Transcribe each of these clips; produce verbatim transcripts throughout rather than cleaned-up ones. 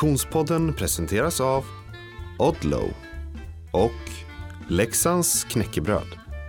Konditionspodden presenteras av Odlo och Leksands knäckebröd.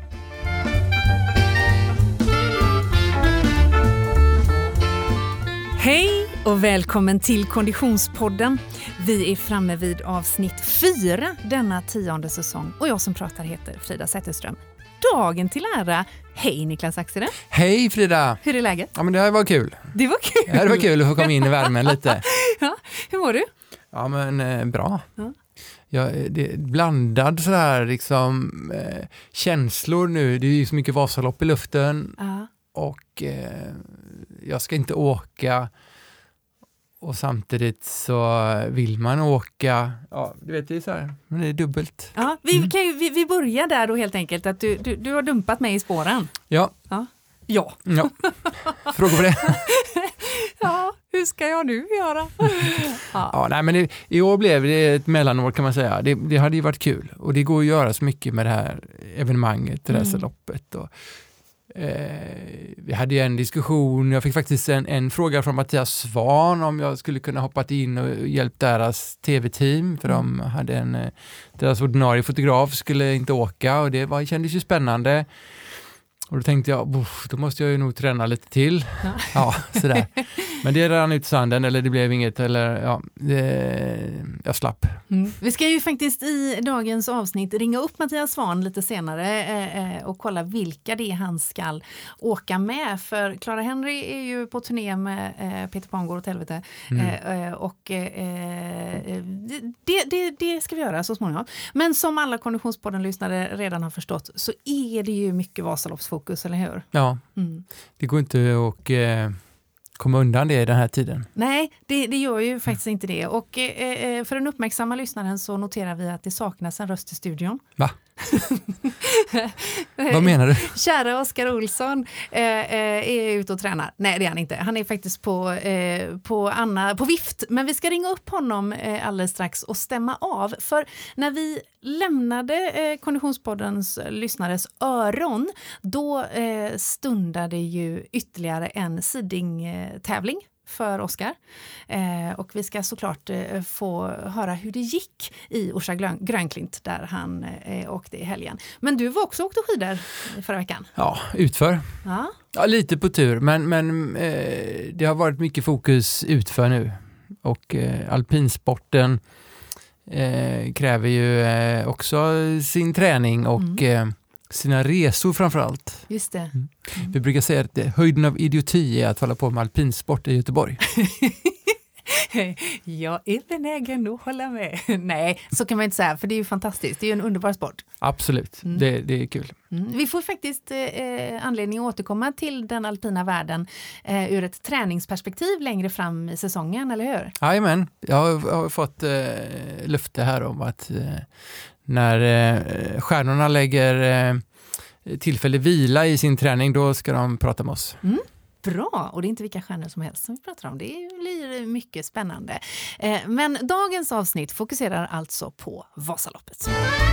Hej och välkommen till Konditionspodden. Vi är framme vid avsnitt fyra denna tionde säsong och jag som pratar heter Frida Zetterström. Dagen till ära. Hej Niklas Axel. Hej Frida. Hur är läget? Ja men det här var kul. Det var kul. Ja, det var kul att få komma in i värmen lite. Ja, hur mår du? Ja men eh, bra. Ja. Ja, det är blandad sådär liksom eh, känslor nu. Det är ju så mycket Vasalopp i luften. Ja. Och eh, jag ska inte åka. Och samtidigt så vill man åka. Ja, du vet det är så här. Men det är dubbelt. Ja, vi, Mm. kan ju, vi, vi börjar där då helt enkelt. Att du, du, du har dumpat mig i spåren. Ja. Ja. Ja. Ja. Frågor på det? Ja, hur ska jag nu göra? Ja. Ja, nej, men det, i år blev det ett mellanår kan man säga. Det, det hade ju varit kul. Och det går att göra så mycket med det här evenemanget, det här Mm. loppet. Och, eh, vi hade ju en diskussion. Jag fick faktiskt en, en fråga från Mattias Svan om jag skulle kunna hoppa in och hjälpa deras tv-team. För Mm. de hade en, eh, deras ordinarie fotograf skulle inte åka och det var, kändes ju spännande. Och då tänkte jag, då måste jag ju nog träna lite till. Ja. Ja, sådär. Men det rann ut i sanden, eller det blev inget, eller ja, det, jag slapp. Mm. Vi ska ju faktiskt i dagens avsnitt ringa upp Mattias Svan lite senare eh, och kolla vilka det är han ska åka med. För Clara Henry är ju på turné med eh, Peter Pan går åt helvete. Mm. Eh, och eh, det, det, det ska vi göra så småningom. Men som alla Konditionspodden-lyssnare redan har förstått så är det ju mycket Vasaloppsfokus, eller hur? Ja, Mm. det går inte att eh, komma undan det i den här tiden. Nej, det, det gör ju faktiskt inte det. Och eh, för den uppmärksamma lyssnaren så noterar vi att det saknas en röst i studion. Va? Vad menar du? Kära Oskar Olsson eh, eh, är ute och tränar. Nej, det är han inte. Han är faktiskt på, eh, på, Anna, på vift. Men vi ska ringa upp honom eh, alldeles strax och stämma av. För när vi lämnade eh, Konditionspoddens lyssnares öron, då eh, stundade ju ytterligare en siding-tävling för Oskar. Eh, och vi ska såklart eh, få höra hur det gick i Orsa Grön- Grönklint där han eh, åkte i helgen. Men du var också åkte skidor förra veckan. Ja, utför. Ja. Ja, lite på tur, men, men eh, det har varit mycket fokus utför nu. Och eh, alpinsporten eh, kräver ju eh, också sin träning och Mm. eh, sina resor framförallt. Just det. Mm. Vi brukar säga att det, höjden av idioti är att hålla på med alpinsport i Göteborg. Jag är benägen att hålla med. Nej, så kan man inte säga, för det är ju fantastiskt. Det är ju en underbar sport. Absolut, Mm. det, det är kul. Mm. Vi får faktiskt eh, anledning att återkomma till den alpina världen eh, ur ett träningsperspektiv längre fram i säsongen, eller hur? Jajamän, jag har, jag har fått eh, löfte här om att eh, när eh, stjärnorna lägger eh, tillfälle vila i sin träning, då ska de prata med oss. Mm. Bra, och det är inte vilka stjärnor som helst som vi pratar om. Det blir mycket spännande. Eh, men dagens avsnitt fokuserar alltså på Vasaloppet.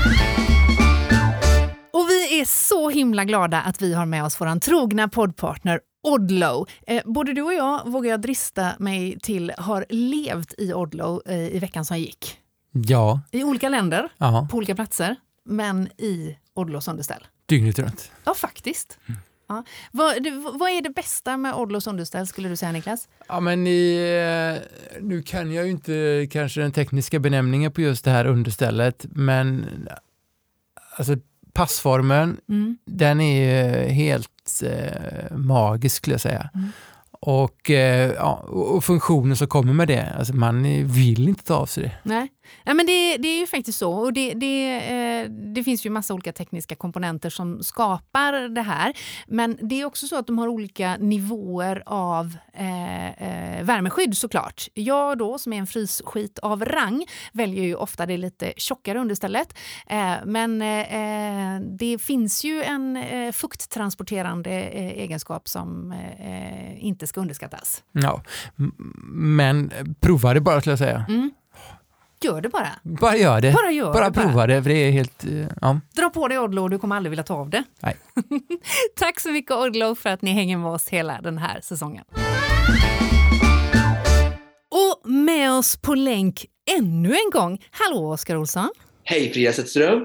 Och vi är så himla glada att vi har med oss våran trogna poddpartner Odlo. Eh, både du och jag, vågar jag drista mig till, har levt i Odlo eh, i veckan som gick. Ja, I olika länder, aha, på olika platser, men i Odlos underställ. dygnet runt. Ja, faktiskt. Mm. Ja. Vad, det, vad är det bästa med Odlos underställ, skulle du säga, Niklas? Ja, men i, eh, nu kan jag ju inte kanske den tekniska benämningen på just det här understället, men alltså passformen, Mm. den är ju helt eh, magisk skulle jag säga. Mm. Och, eh, ja, och funktionen som kommer med det, alltså man vill inte ta av sig det. Nej. Ja, men det, det är ju faktiskt så, och det, det, eh, det finns ju massa olika tekniska komponenter som skapar det här, men det är också så att de har olika nivåer av eh, eh, värmeskydd såklart. Jag då, som är en frysskit av rang, väljer ju ofta det lite tjockare understället, eh, men eh, det finns ju en eh, fukttransporterande eh, egenskap som eh, inte ska underskattas. Ja, m- men prova det bara skulle jag säga. Mm. Gör det bara. Bara gör det. Bara gör bara det. Bara. prova det, för det är helt... eh, Ja. Dra på dig Odlo och du kommer aldrig vilja ta av det. Nej. Tack så mycket Odlo för att ni hänger med oss hela den här säsongen. Och med oss på länk ännu en gång. Hallå Oskar Olsson. Hej Frida Zetterström.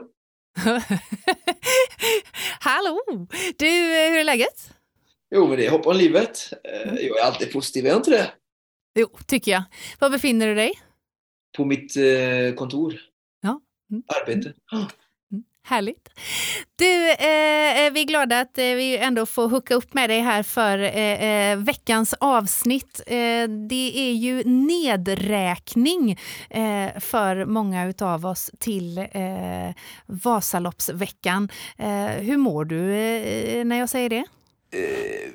Hallå. Du, hur är läget? Jo, men det är hopp om livet. Jag är alltid positiv, är jag inte det? Jo, tycker jag. Var befinner du dig? På mitt eh, kontor. Ja. Mm. Arbete. Mm. Härligt. Du, eh, vi är glada att eh, vi ändå får hooka upp med dig här för eh, veckans avsnitt. Eh, det är ju nedräkning eh, för många utav oss till eh, Vasaloppsveckan. Eh, hur mår du eh, när jag säger det? Eh,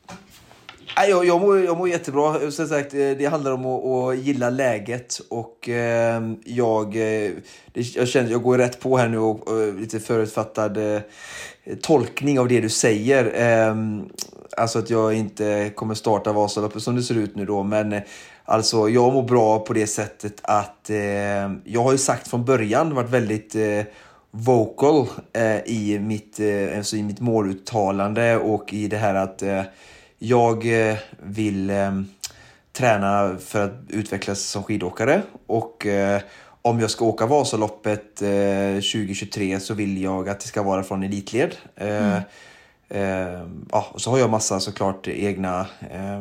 jag, jag, mår, jag mår jättebra. Som sagt, det handlar om att, att gilla läget och eh, jag, det, jag känner jag går rätt på här nu och, och lite förutfattad eh, tolkning av det du säger. Eh, alltså att jag inte kommer starta Vasaloppet som det ser ut nu då, men eh, alltså jag mår bra på det sättet att eh, jag har ju sagt från början varit väldigt eh, vocal eh, i mitt eh, alltså i mitt måluttalande och i det här att eh, jag eh, vill eh, träna för att utvecklas som skidåkare och eh, om jag ska åka Vasaloppet eh, tjugo tjugotre så vill jag att det ska vara från elitled. Eh, mm. eh, ja, och så har jag massa såklart egna eh,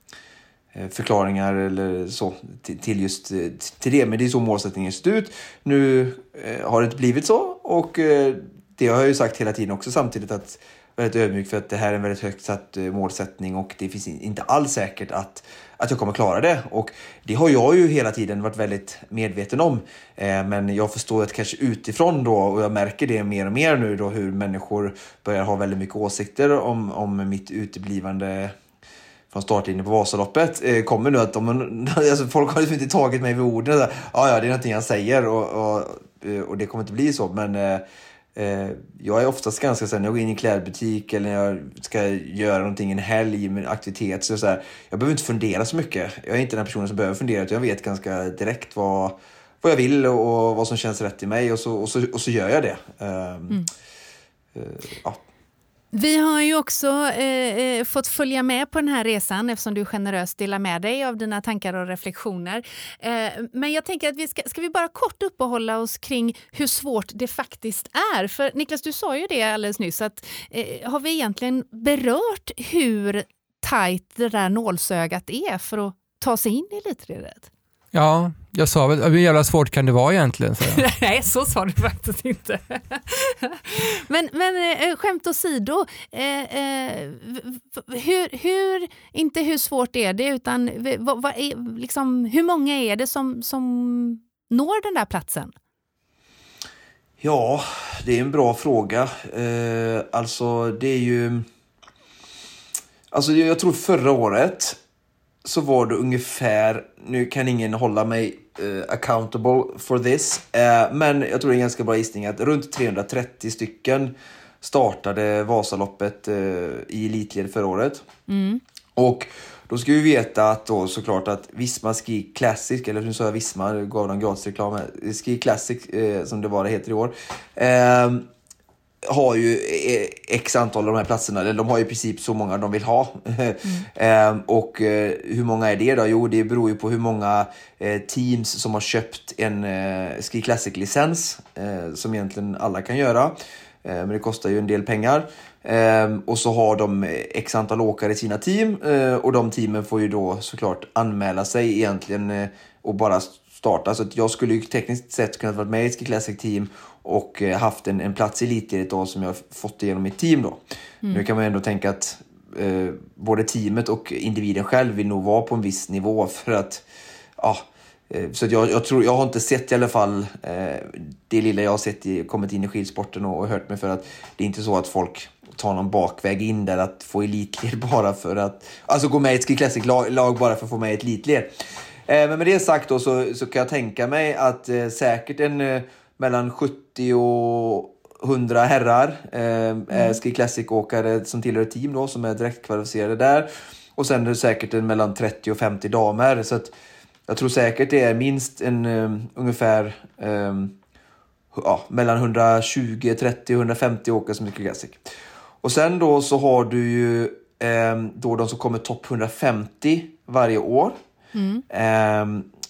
förklaringar eller så till, till just till det, men det är så målsättningen ser ut. Nu eh, har det inte blivit så och eh, det har jag ju sagt hela tiden också samtidigt att väldigt ödmjuk för att det här är en väldigt högt satt eh, målsättning och det finns inte alls säkert att, att jag kommer klara det och det har jag ju hela tiden varit väldigt medveten om eh, men jag förstår att kanske utifrån då och jag märker det mer och mer nu då hur människor börjar ha väldigt mycket åsikter om, om mitt uteblivande från startlinjen på Vasaloppet eh, kommer nu att de, alltså folk har liksom inte tagit mig vid orden. Ja, ja, det är någonting jag säger och, och, och det kommer inte bli så. Men eh, eh, jag är oftast ganska så här, när jag går in i en klädbutik eller när jag ska göra någonting en helg med aktivitet. Så, så här, jag behöver inte fundera så mycket. Jag är inte den personen som behöver fundera. Utan jag vet ganska direkt vad, vad jag vill och vad som känns rätt i mig. Och så, och så, och så gör jag det. Eh, mm. eh, ja. Vi har ju också eh, fått följa med på den här resan eftersom du generöst delar med dig av dina tankar och reflektioner. Eh, men jag tänker att vi ska, ska vi bara kort uppehålla oss kring hur svårt det faktiskt är. För Niklas, du sa ju det alldeles nyss att eh, har vi egentligen berört hur tajt det där nålsögat är för att ta sig in i elitredet? Ja, jag sa väl, hur jävla svårt kan det vara egentligen? Så Nej, så sa du faktiskt inte. men men skämt åsido, eh, eh, hur, hur, inte hur svårt är det, utan vad, vad är, liksom, hur många är det som, som når den där platsen? Ja, det är en bra fråga. Eh, alltså, det är ju... Alltså, jag tror förra året så var det ungefär, nu kan ingen hålla mig uh, accountable for this, uh, men jag tror det är en ganska bra gissning att runt trehundratrettio stycken startade Vasaloppet uh, i elitled förra året. Mm. Och då ska vi veta att då såklart att Visma Ski Classic, eller nu sa jag Visma, gav dem gratis reklam, Ski Classic uh, som det var det heter i år, uh, har ju x antal av de här platserna, eller de har ju i princip så många de vill ha. Mm. ehm, och eh, hur många är det då? Jo, det beror ju på hur många eh, teams som har köpt en eh, Ski Classic-licens eh, som egentligen alla kan göra. Eh, men det kostar ju en del pengar. Eh, och så har de x antal åkare i sina team eh, och de teamen får ju då såklart anmäla sig egentligen eh, och bara starta. Så att jag skulle ju tekniskt sett kunna vara med i ett Ski Classic-team och haft en, en plats i elitledet då som jag fått igenom mitt team då. Mm. Nu kan man ändå tänka att eh, både teamet och individen själv vill nog vara på en viss nivå för att ja, eh, så att jag, jag tror, jag har inte sett i alla fall eh, det lilla jag har sett i, kommit in i skidsporten och, och hört mig för att det är inte så att folk tar någon bakväg in där att få elitled bara för att, alltså gå med i ett Ski Classic lag, lag bara för att få med ett elitled. Eh, men med det sagt då så, så kan jag tänka mig att eh, säkert en eh, mellan sjuttio och hundra herrar eh, mm. är Ski Classic-åkare som tillhör ett team då, som är direkt kvalificerade där. Och sen är det säkert en mellan trettio och femtio damer. Så att jag tror säkert det är minst en um, ungefär um, ja, mellan hundratjugo, trettio, hundrafemtio åkare som är Ski Classic. Och sen då så har du ju um, då de som kommer topp hundrafemtio varje år. Mm. Um,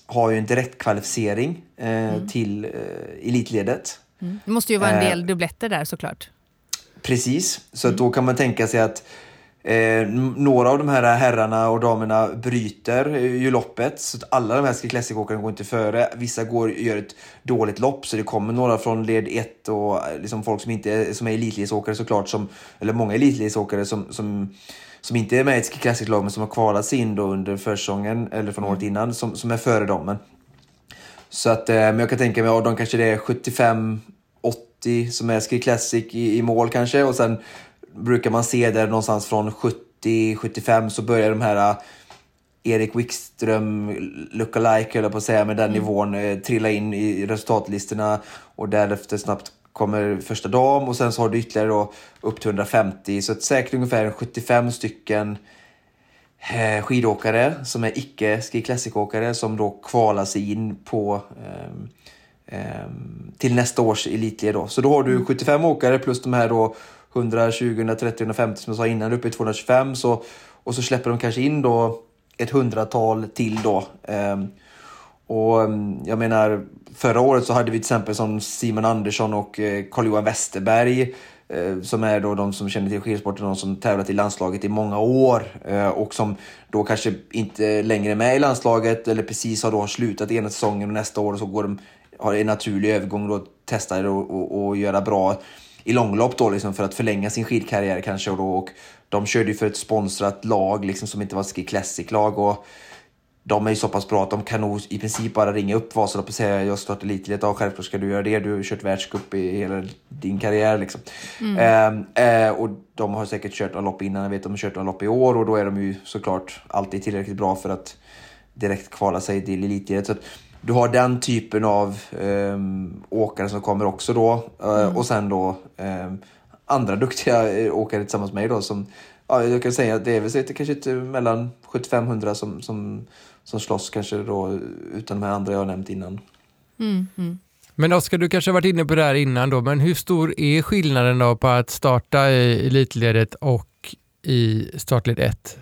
har ju en direktkvalificering eh, mm. till eh, elitledet. Mm. Det måste ju vara en del eh, dubbletter där såklart. Precis, så mm. att då kan man tänka sig att eh, några av de här herrarna och damerna bryter ju loppet. Så att alla de här Ski Classic-åkarna går inte före. Vissa går gör ett dåligt lopp, så det kommer några från led ett och liksom folk som inte är, som är elitledsåkare såklart, som, eller många elitledsåkare som, som, som inte är med i ett Ski Classic-lag men som har kvalat sig in då under försäsongen eller från året innan som, som är före dem. Men, så att, eh, men jag kan tänka mig att de kanske det är sjuttiofem åttio som är Ski Classic i, i mål kanske, och sen brukar man se där någonstans från sjuttio sjuttiofem så börjar de här uh, Erik Wikström lookalike, eller på att säga, med den mm. nivån uh, trilla in i resultatlistorna, och därefter snabbt kommer första dam, och sen så har du ytterligare då upp till hundrafemtio, så att säkert ungefär sjuttiofem stycken uh, skidåkare som är icke Ski Classic-åkare som då kvalar sig in på um, um, till nästa års elitled då. Så då har du sjuttiofem åkare plus de här då hundratjugo, hundratrettio, hundrafemtio som jag sa innan, uppe i tvåhundratjugofem, så, och så släpper de kanske in då ett hundratal till då. Um, och um, jag menar, förra året så hade vi till exempel som Simon Andersson och uh, Carl-Johan Westerberg, uh, som är då de som känner till skidsporten, de som tävlat i landslaget i många år, uh, och som då kanske inte längre är med i landslaget eller precis har då slutat ena säsongen, och nästa år så går de, har en naturlig övergång då, testar och, och, och göra bra i långlopp då, liksom, för att förlänga sin skidkarriär kanske, och då, och de körde ju för ett sponsrat lag liksom, som inte var Ski Classic-lag, och de är ju så pass bra att de kan nog i princip bara ringa upp Vasalopp och säga jag startar lite lite, ja, självklart ska du göra det, du har kört världscup i hela din karriär liksom. Mm. Eh, eh, och de har säkert kört en lopp innan, jag vet de har kört en lopp i år, och då är de ju såklart alltid tillräckligt bra för att direkt kvala sig till elitlivet. Så att du har den typen av um, åkare som kommer också då. Uh, mm. Och sen då um, andra duktiga åkare tillsammans med mig då. Som, ja, jag kan säga att det är väl det kanske inte mellan sjuttiofem hundra som, som, som slåss kanske då, utan de här andra jag har nämnt innan. Mm. Mm. Men Oskar, du kanske har varit inne på det här innan då. Men hur stor är skillnaden då på att starta i elitledet och i startled ett?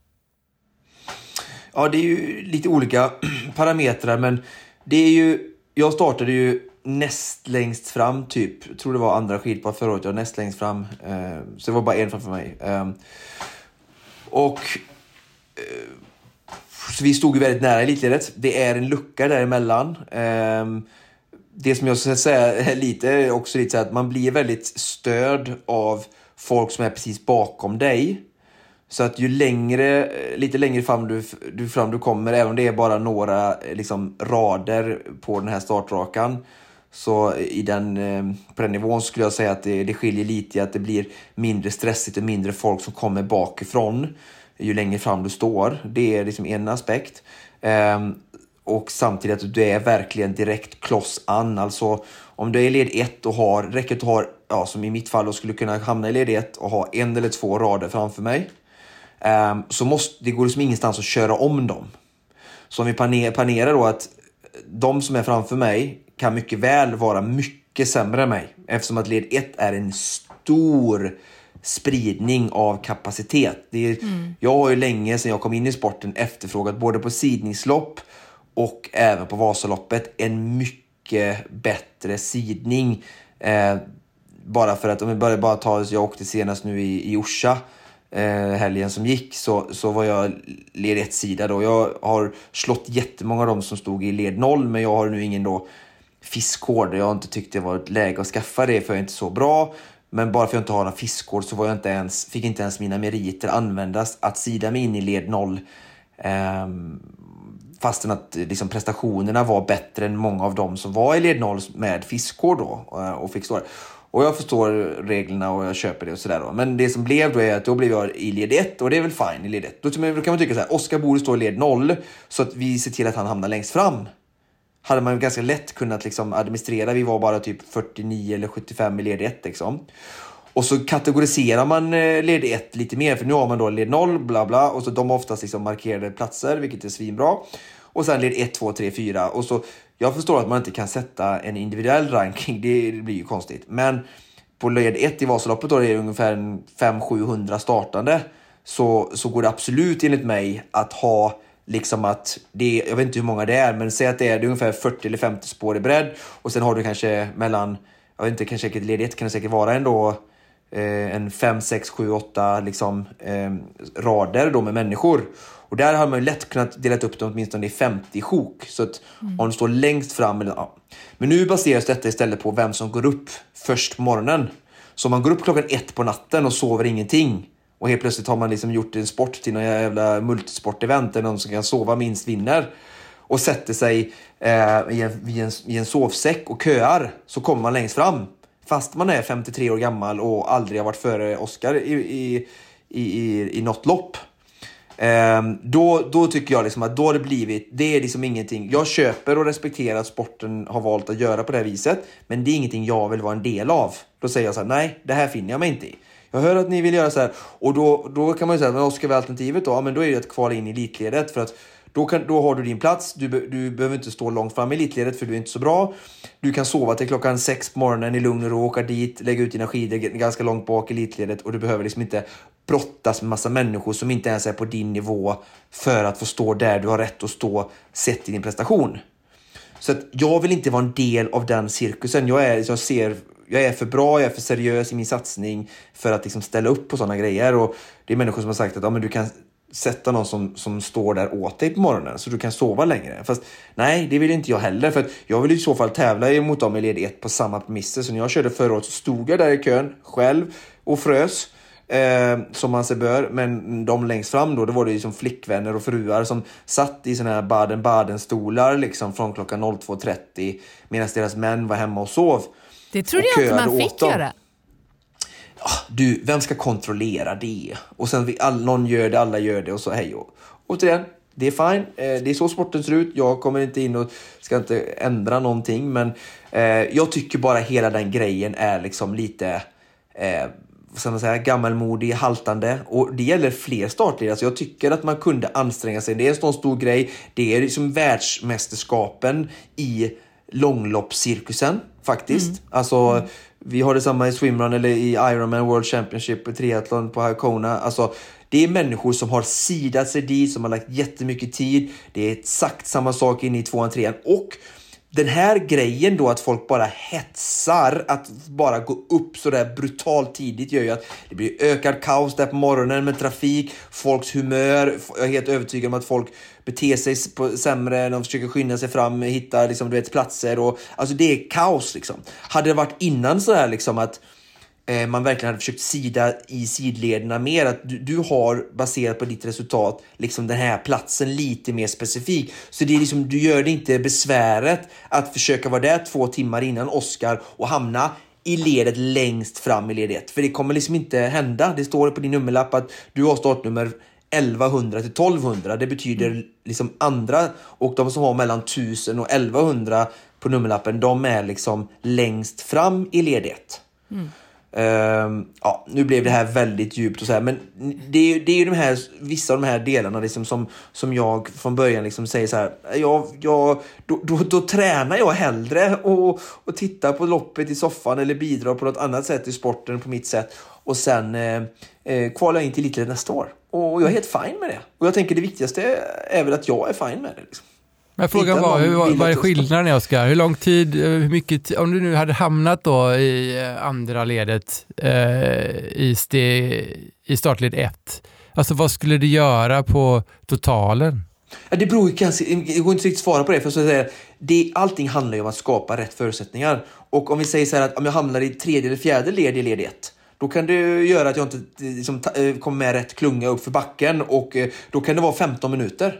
Ja, det är ju lite olika parametrar, men det är ju, jag startade ju näst längst fram typ, jag tror det var andra skidpar förra året, jag var näst längst fram, eh, så det var bara en framför mig. Eh, och eh, så vi stod ju väldigt nära elitledet. Det är en lucka däremellan. Eh, det som jag ska säga är lite, också lite så att man blir väldigt störd av folk som är precis bakom dig. Så att ju längre, lite längre fram du, du, fram du kommer, även om det är bara några liksom, rader på den här startrakan, så i den, på den nivån skulle jag säga att det, det skiljer lite, att det blir mindre stressigt och mindre folk som kommer bakifrån ju längre fram du står. Det är liksom en aspekt. Ehm, och samtidigt att du är verkligen direkt kloss an. Alltså om du är i led ett och har, räcker att ha, ja, som i mitt fall, och skulle kunna hamna i led ett och ha en eller två rader framför mig. Um, så måste, det går liksom ingenstans att köra om dem. Så om vi planerar, planerar då att de som är framför mig kan mycket väl vara mycket sämre än mig, eftersom att led ett är en stor spridning av kapacitet. Det är, mm. Jag har ju länge sedan jag kom in i sporten efterfrågat både på sidningslopp och även på Vasaloppet en mycket bättre sidning. Eh, bara för att om vi börjar bara ta, jag åkte senast nu i, i Orsa Eh, helgen som gick, så, så var jag led ett sida då. Jag har slått jättemånga av dem som stod i led noll, men jag har nu ingen då fiskord. Jag har inte tyckt det var ett läge att skaffa det, för jag är inte så bra. Men bara för att jag inte har någon fiskord så var jag inte ens, fick inte ens mina meriter användas att sida mig in i led noll. Eh, fastän att liksom, prestationerna var bättre än många av dem som var i led noll med fiskord då, och fick stå där. Och jag förstår reglerna och jag köper det och sådär då. Men det som blev då är att då blev jag i led ett, och det är väl fine i led ett. Då kan man tycka så här, Oskar borde stå i led noll så att vi ser till att han hamnar längst fram. Hade man ganska lätt kunnat liksom administrera. Vi var bara typ fyrtionio eller sjuttiofem i led ett liksom. Och så kategoriserar man led ett lite mer, för nu har man då led noll, bla bla. Och så de har oftast liksom markerade platser, vilket är svinbra. Och sen led ett, två, tre, fyra. Och så, jag förstår att man inte kan sätta en individuell ranking, det blir ju konstigt. Men på led ett i Vasaloppet då är det ungefär fem till sjuhundra startande. Så, så går det absolut enligt mig att ha liksom att det är, jag vet inte hur många det är, men säg att det är, det är ungefär fyrtio eller femtio spår i bredd, och sen har du kanske mellan, jag vet inte, kanske ledighet kan det säkert vara ändå eh, en fem, sex, sju, åtta liksom eh, rader då med människor. Och där har man ju lätt kunnat dela upp dem åtminstone i femtio sjok. Så att mm. om du står längst fram. Eller, ja. Men nu baseras detta istället på vem som går upp först på morgonen. Så man går upp klockan ett på natten och sover ingenting. Och helt plötsligt har man liksom gjort en sport till någon jävla multisport-event där någon som kan sova minst vinner. Och sätter sig eh, i, en, i, en, i en sovsäck och köar. Så kommer man längst fram. Fast man är femtiotre år gammal och aldrig har varit före Oscar i, i, i, i, i något lopp. Um, då, då tycker jag liksom att då har det blivit, det är liksom ingenting, jag köper och respekterar att sporten har valt att göra på det här viset, men det är ingenting jag vill vara en del av. Då säger jag så här: nej, det här finner jag mig inte i. Jag hör att ni vill göra så här, och då, då kan man ju säga, men Oscar, vad är alternativet då? Ja, men då är det att kvala in i elitledet, för att då, kan, då har du din plats, du, du behöver inte stå långt fram i elitledet för du är inte så bra. Du kan sova till klockan sex på morgonen i lugn och ro, åka dit, lägga ut dina skidor ganska långt bak i elitledet, och du behöver liksom inte brottas med massa människor som inte ens är på din nivå för att få stå där du har rätt att stå sett i din prestation. Så att jag vill inte vara en del av den cirkusen. Jag är, jag ser, jag är för bra, jag är för seriös i min satsning för att liksom ställa upp på sådana grejer. Och det är människor som har sagt att ja, men du kan sätta någon som, som står där åt dig på morgonen så du kan sova längre. Fast nej, det vill inte jag heller, för att jag vill i så fall tävla mot dem i led ett på samma premisser. Så när jag körde förra året så stod jag där i kön själv och frös eh, som man sig bör, men de längst fram då, då var det liksom flickvänner och fruar som satt i såna här Baden-Baden-stolar liksom från klockan två trettio medan deras män var hemma och sov. Det trodde jag inte man fick göra. Du, vem ska kontrollera det? Och sen vi, all, någon gör det, alla gör det och så hej och. Och till den, det är fine. Eh, det är så sporten ser ut. Jag kommer inte in och ska inte ändra någonting. Men eh, jag tycker bara hela den grejen är liksom lite eh, vad ska man säga, gammalmodig, haltande. Och det gäller fler startledare. Alltså jag tycker att man kunde anstränga sig. Det är en sån stor grej. Det är liksom världsmästerskapen i långloppscirkusen faktiskt. Mm. Alltså mm. vi har det samma i swimrun eller i Ironman World Championship och triathlon på Hakona. Alltså det är människor som har sidat sig dit, som har lagt jättemycket tid. Det är exakt samma sak in i tvåan, trean. Och den här grejen då att folk bara hetsar att bara gå upp så där brutalt tidigt gör ju att det blir ökad kaos där på morgonen med trafik, folks humör. Jag är helt övertygad om att folk beter sig på sämre, de försöker skynda sig fram, hitta liksom, du vet, platser och alltså det är kaos liksom. Hade det varit innan så här liksom att eh, man verkligen hade försökt sida i sidlederna mer, att du, du har baserat på ditt resultat liksom den här platsen lite mer specifik, så det är liksom, du gör det inte besväret att försöka vara där två timmar innan Oscar och hamna i ledet längst fram i ledet, för det kommer liksom inte hända. Det står på din nummerlapp att du har startnummer elva hundra till tolv hundra. Det betyder liksom andra, och de som har mellan tusen och elva hundra på nummerlappen, de är liksom längst fram i ledet. Mm. Uh, ja, nu blev det här väldigt djupt och så här, men det är, det är ju de här, vissa av de här delarna liksom som, som jag från början liksom säger så här, jag, jag, då, då, då tränar jag hellre och, och tittar på loppet i soffan eller bidrar på något annat sätt i sporten på mitt sätt, och sen eh, eh, kvalar jag in till lite nästa år, och jag är helt fine med det, och jag tänker det viktigaste är väl att jag är fine med det liksom. Men frågan var, hur, vad är skillnaden, Oskar? Hur lång tid, hur mycket, om du nu hade hamnat då i andra ledet eh, i, ste, i startled ett, alltså vad skulle du göra på totalen? Ja, det beror ju kanske, jag går inte riktigt svara på det, för så att säga, det, allting handlar ju om att skapa rätt förutsättningar, och om vi säger så här att om jag hamnar i tredje eller fjärde led i led ett, då kan det göra att jag inte liksom, kommer med rätt klunga upp för backen, och då kan det vara femton minuter.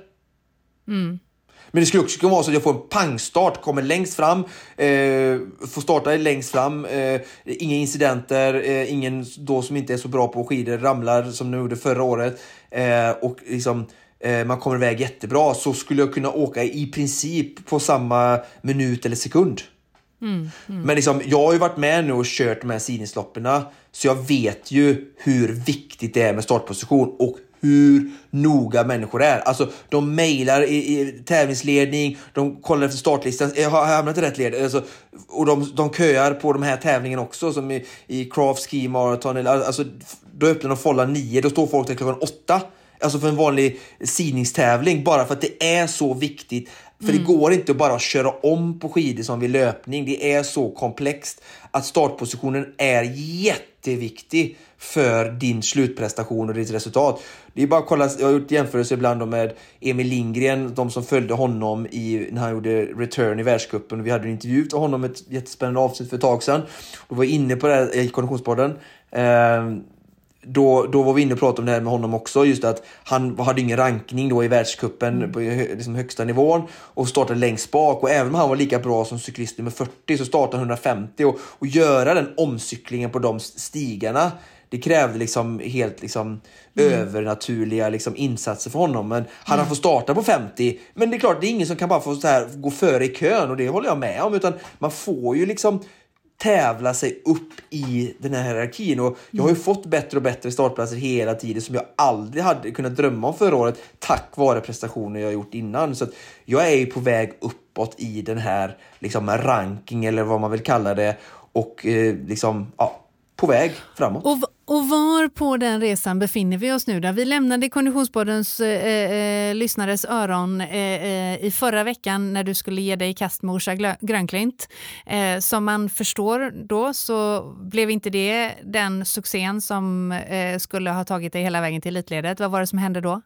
Mm. Men det skulle också kunna vara så att jag får en pangstart, kommer längst fram, eh, får starta längst fram, eh, inga incidenter, eh, ingen då som inte är så bra på skidor ramlar som nu gjorde förra året, eh, och liksom eh, man kommer iväg jättebra, så skulle jag kunna åka i princip på samma minut eller sekund. Mm, mm. Men liksom, jag har ju varit med nu och kört de här sidningslopperna, så jag vet ju hur viktigt det är med startposition och hur noga människor är. Alltså de mejlar i, i tävlingsledning, de kollar efter startlistan, jag har hamnat i rätt led, alltså, och de, de köar på de här tävlingarna också, som i, i Craft Ski Marathon, alltså då öppnar de follar nio, då står folk till klockan åtta Alltså för en vanlig sidningstävling, bara för att det är så viktigt. För mm. det går inte bara att köra om på skidor som vid löpning. Det är så komplext att startpositionen är jätteviktig för din slutprestation och ditt resultat. Det är bara att kolla, jag har gjort jämförelser ibland med Emil Lindgren, de som följde honom i, när han gjorde return i världscupen. Vi hade en intervju av honom, ett jättespännande avsnitt för ett tag sedan. Då var jag inne på det här i Konditionspodden. Eh, Då, då var vi inne och pratade om det här med honom också. Just att han hade ingen rankning då i världscupen mm. på liksom högsta nivån. Och startade längst bak. Och även om han var lika bra som cyklist nummer fyrtio så startade han hundrafemtio. Och, och göra den omcyklingen på de stigarna, det krävde liksom helt liksom mm. övernaturliga liksom insatser för honom. Men han har fått starta på femtio. Men det är klart, det är ingen som kan bara få så här gå före i kön. Och det håller jag med om. Utan man får ju liksom tävla sig upp i den här hierarkin. Och jag har ju fått bättre och bättre startplatser hela tiden som jag aldrig hade kunnat drömma om förra året tack vare prestationer jag har gjort innan. Så att jag är ju på väg uppåt i den här liksom ranking eller vad man vill kalla det. Och eh, liksom, ja, på väg framåt. Och, och var på den resan befinner vi oss nu? Där vi lämnade Konditionspoddens eh, eh, lyssnares öron eh, eh, i förra veckan när du skulle ge dig i kast med Orsa Grönklint. Eh, som man förstår då så blev inte det den succén som eh, skulle ha tagit dig hela vägen till elitledet. Vad var det som hände då?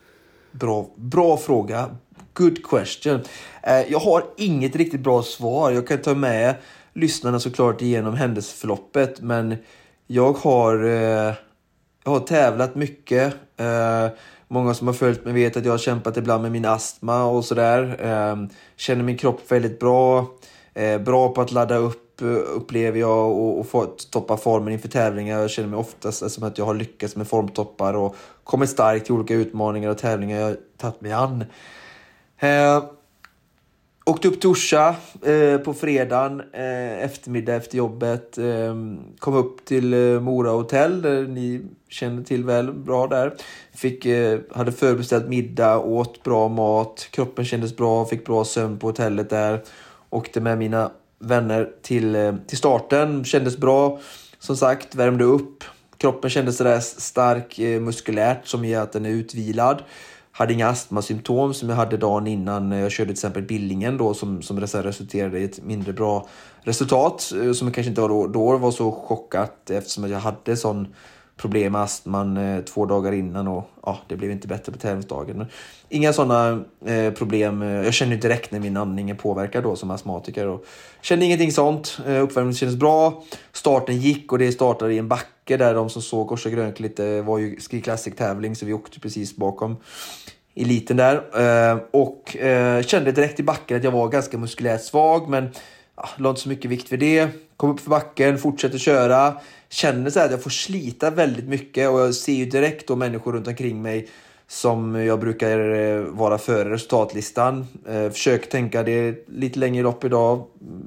Bra, bra fråga. Good question. Eh, jag har inget riktigt bra svar. Jag kan ta med lyssnarna såklart igenom händelseförloppet, men jag har, eh, jag har tävlat mycket. Eh, många som har följt mig vet att jag har kämpat ibland med min astma och sådär. Eh, känner min kropp väldigt bra. Eh, bra på att ladda upp, upplever jag, och, och få toppa formen inför tävlingar. Jag känner mig oftast som att jag har lyckats med formtoppar och kommit starkt till olika utmaningar och tävlingar jag har tagit mig an. Eh, Åkte upp till Orsa eh, på fredagen eh, eftermiddag efter jobbet. Eh, kom upp till eh, Mora hotell där ni känner till väl bra där. Fick, eh, hade förbeställt middag, åt bra mat. Kroppen kändes bra, fick bra sömn på hotellet där. Åkte med mina vänner till, eh, till starten. Kändes bra, som sagt, värmde upp. Kroppen kändes sådär stark eh, muskulärt som gör att den är utvilad. Hade inga astmasymptom som jag hade dagen innan jag körde till exempel Billingen då, som, som resulterade i ett mindre bra resultat. Som jag kanske inte var då, då var så chockat eftersom jag hade sån problem med astman eh, två dagar innan och ja, det blev inte bättre på tävlingsdagen. Inga sådana eh, problem. Jag kände inte direkt när min andning är påverkad då som astmatiker. Och kände ingenting sånt. Eh, uppvärmningen kändes bra. Starten gick och det startade i en backe där de som såg Orsa Grönklint lite var ju Ski Classic-tävling så vi åkte precis bakom eliten där. Eh, och eh, kände direkt i backen att jag var ganska muskulärt svag men ja, la inte så mycket vikt för det. Kom upp för backen, fortsätter köra. Känner så här att jag får slita väldigt mycket och jag ser ju direkt då människor runt omkring mig som jag brukar vara före resultatlistan. Eh, försök tänka det är lite längre lopp idag.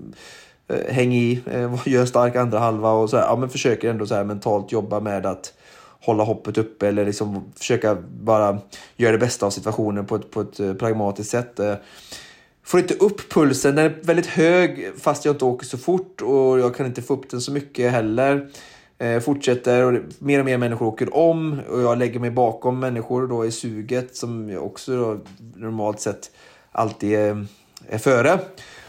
Eh, häng i, eh, gör stark andra halva och så här. Ja, men försöker ändå så här mentalt jobba med att hålla hoppet uppe eller liksom försöka bara göra det bästa av situationen på ett, på ett pragmatiskt sätt. Eh, Får inte upp pulsen, den är väldigt hög fast jag inte åker så fort och jag kan inte få upp den så mycket heller. Eh, fortsätter och mer och mer människor åker om och jag lägger mig bakom människor då i suget som jag också då, normalt sett alltid är, är före.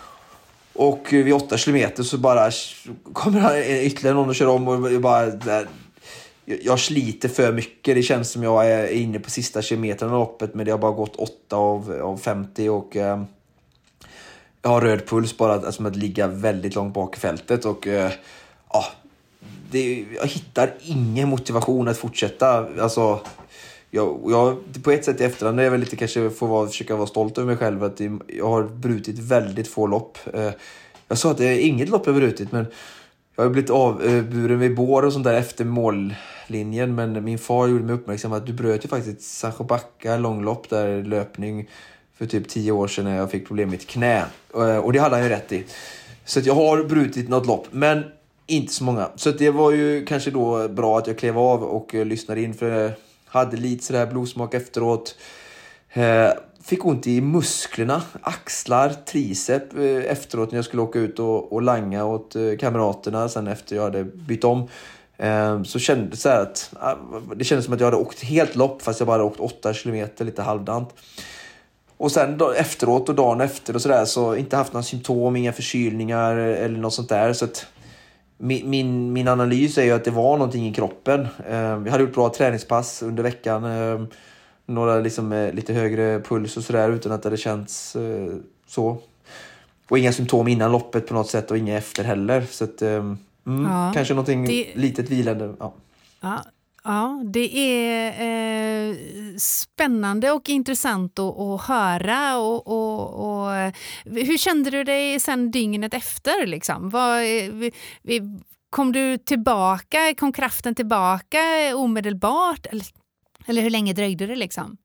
Och vid åtta kilometer så bara kommer ytterligare någon och kör om och jag bara där, jag sliter för mycket. Det känns som jag är inne på sista kilometern av loppet men det har bara gått åtta av, av femtio och eh, jag har röd puls bara alltså, att ligga väldigt långt bak i fältet och eh, ja, det, jag hittar ingen motivation att fortsätta. Alltså, jag, jag, på ett sätt i efterhand är jag väl lite kanske får vara, försöka vara stolt över mig själv att jag har brutit väldigt få lopp. Eh, jag sa att det är inget lopp jag har brutit men jag har blivit avburen vid bår och sånt där efter mållinjen men min far gjorde mig uppmärksam att du bröt ju faktiskt Sancho Backa långlopp där löpning för typ tio år sedan när jag fick problem med ett knä. Och det hade han ju rätt i. Så att jag har brutit något lopp. Men inte så många. Så att det var ju kanske då bra att jag klev av och lyssnade in. För jag hade lite sådär blodsmak efteråt. Fick ont i musklerna, axlar, tricep efteråt när jag skulle åka ut och, och langa åt kamraterna. Sen efter jag hade bytt om. Eh, så kände så här att det kändes som att jag hade åkt helt lopp fast jag bara hade åkt åtta kilometer lite halvdant. Och sen då, efteråt och dagen efter och sådär så inte haft några symptom, inga förkylningar eller något sånt där. Så att min, min, min analys är ju att det var någonting i kroppen. Eh, jag hade gjort bra träningspass under veckan. Eh, några liksom eh, lite högre puls och sådär utan att det hade känts eh, så. Och inga symptom innan loppet på något sätt och inga efter heller. Så att, eh, mm, ja, kanske någonting det... litet vilande. Ja. Ja. Ja, det är eh, spännande och intressant att, att höra. Och, och, och, hur kände du dig sen dygnet efter? Liksom? Var, kom du tillbaka? Kom kraften tillbaka omedelbart? Eller, eller hur länge dröjde det liksom?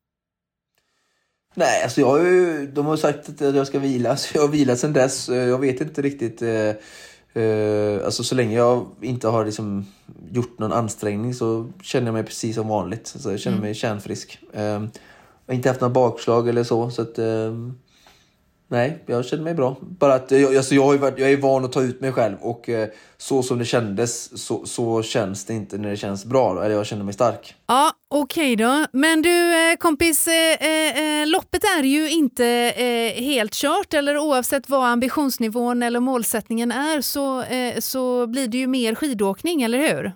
Nej, alltså jag har ju, de har sagt att jag ska vila. Så jag har vilat sedan dess. Jag vet inte riktigt... Eh, Uh, alltså så länge jag inte har liksom gjort någon ansträngning så känner jag mig precis som vanligt. Så jag känner mig mm. kärnfrisk. Uh, jag har inte haft några bakslag eller så. Så att, uh, nej, jag känner mig bra. Bara att jag, alltså jag, har ju varit, jag är van att ta ut mig själv. Och uh, så som det kändes så, så känns det inte när det känns bra. Då, eller jag känner mig stark. Ja, okej okay då. Men du kompis, eh, eh, loppet är ju inte eh, helt kört. Eller oavsett vad ambitionsnivån eller målsättningen är så, eh, så blir det ju mer skidåkning, eller hur?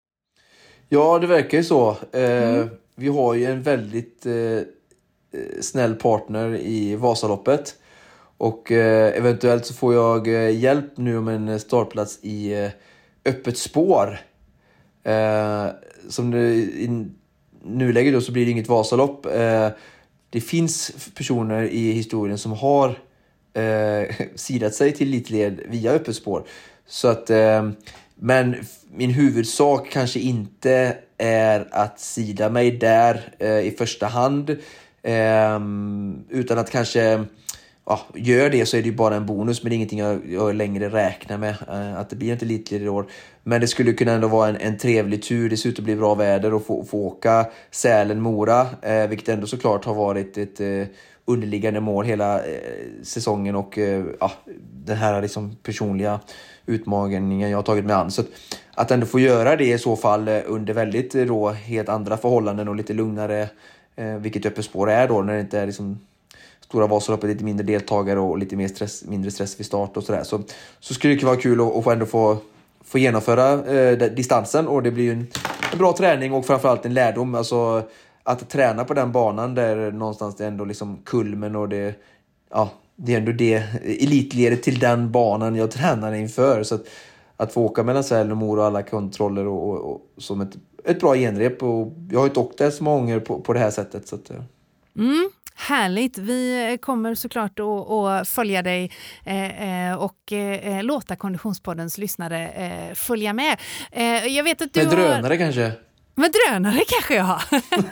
Ja, det verkar ju så. Eh, mm. Vi har ju en väldigt eh, snäll partner i Vasaloppet. Och eh, eventuellt så får jag eh, hjälp nu om en startplats i eh, öppet spår. Eh, som nu, i nuläget då så blir det inget Vasalopp. Eh, det finns personer i historien som har eh, sidat sig till elitled via öppet spår. Så att, eh, men min huvudsak kanske inte är att sida mig där eh, i första hand. Eh, utan att kanske... Ja, gör det så är det ju bara en bonus, men det är ingenting jag, jag längre räknar med äh, att det blir inte lite i år. Men det skulle kunna ändå vara en, en trevlig tur. Det ser ut att bli bra väder och få, få åka Sälen-Mora, äh, vilket ändå såklart har varit ett äh, underliggande mål hela äh, säsongen och äh, ja, den här liksom personliga utmaningen jag har tagit mig an. Så att, att ändå få göra det i så fall äh, under väldigt äh, då, helt andra förhållanden och lite lugnare, äh, vilket öppet spår är då när det inte är liksom Stora Vasaloppet, lite mindre deltagare och lite mer stress, mindre stress vid start och sådär. Så, så skulle det vara kul att, att ändå få, få genomföra eh, distansen. Och det blir ju en, en bra träning och framförallt en lärdom. Alltså att träna på den banan där någonstans det är ändå liksom kulmen och det, ja, det är ändå det elitledet till den banan jag tränar inför. Så att, att få åka mellan Sälen och Mora och alla kontroller och, och, och som ett, ett bra genrep. Och jag har ju inte åkt där så många gånger på, på det här sättet. Så att, mm. Härligt. Vi kommer såklart att, att följa dig eh, och eh, låta Konditionspoddens lyssnare eh, följa med. Eh, jag vet att du med drönare har... kanske? Med drönare kanske jag har.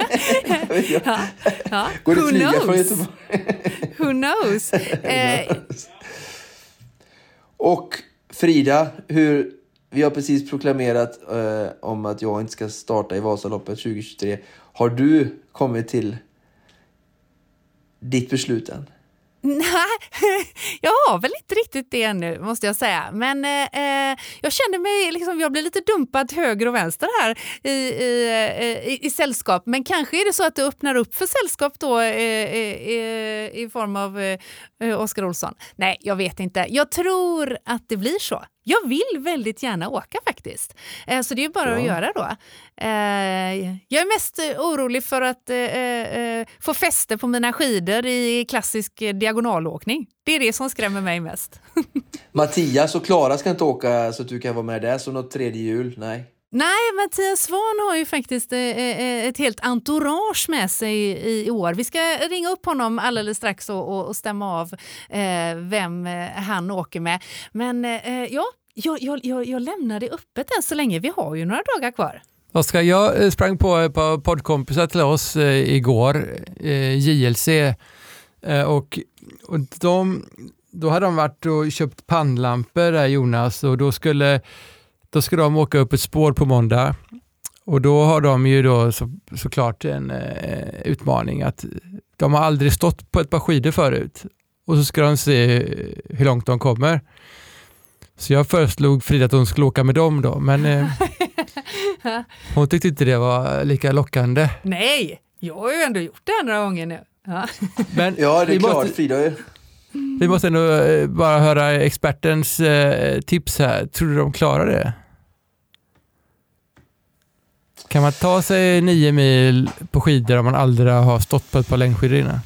ja, ja. Går det Who flyga knows? Från Göteborg? Who knows? Eh... Och Frida, hur... vi har precis proklamerat eh, om att jag inte ska starta i Vasaloppet tjugo tjugotre. Har du kommit till ditt beslut än? Nej, jag har väl inte riktigt det ännu, måste jag säga. Men eh, jag känner mig, liksom, jag blir lite dumpad höger och vänster här i, i, i, i sällskap. Men kanske är det så att det öppnar upp för sällskap då eh, i, i form av eh, Oskar Olsson. Nej, jag vet inte. Jag tror att det blir så. Jag vill väldigt gärna åka faktiskt. Eh, så det är bara ja. att göra då. Eh, jag är mest orolig för att eh, eh, få fäste på mina skidor i klassisk diagonalåkning. Det är det som skrämmer mig mest. Mattias och Klara ska inte åka så att du kan vara med där. Så något tredje jul, nej. Nej, Mattias Svahn har ju faktiskt eh, ett helt entourage med sig i, i år. Vi ska ringa upp honom alldeles strax och, och, och stämma av eh, vem eh, han åker med. Men eh, ja, jag, jag, jag lämnar det öppet än så länge. Vi har ju några dagar kvar. Oskar, jag sprang på ett par poddkompisar till oss eh, igår, eh, J L C, eh, och, och de, då hade de varit och köpt pannlampor där, Jonas, och då skulle... Då ska de åka upp ett spår på måndag och då har de ju då så, såklart en eh, utmaning att de har aldrig stått på ett par skidor förut och så ska de se hur långt de kommer. Så jag föreslog Frida att hon skulle åka med dem då, men eh, Hon tyckte inte det var lika lockande. Nej, jag har ju ändå gjort det här några gånger nu. Ja, Men Ja, det är vi klart, måste, Frida. vi måste ändå eh, bara höra expertens eh, tips här. Tror du de klarar det? Kan man ta sig nio mil på skidor om man aldrig har stått på ett par längdskidor innan?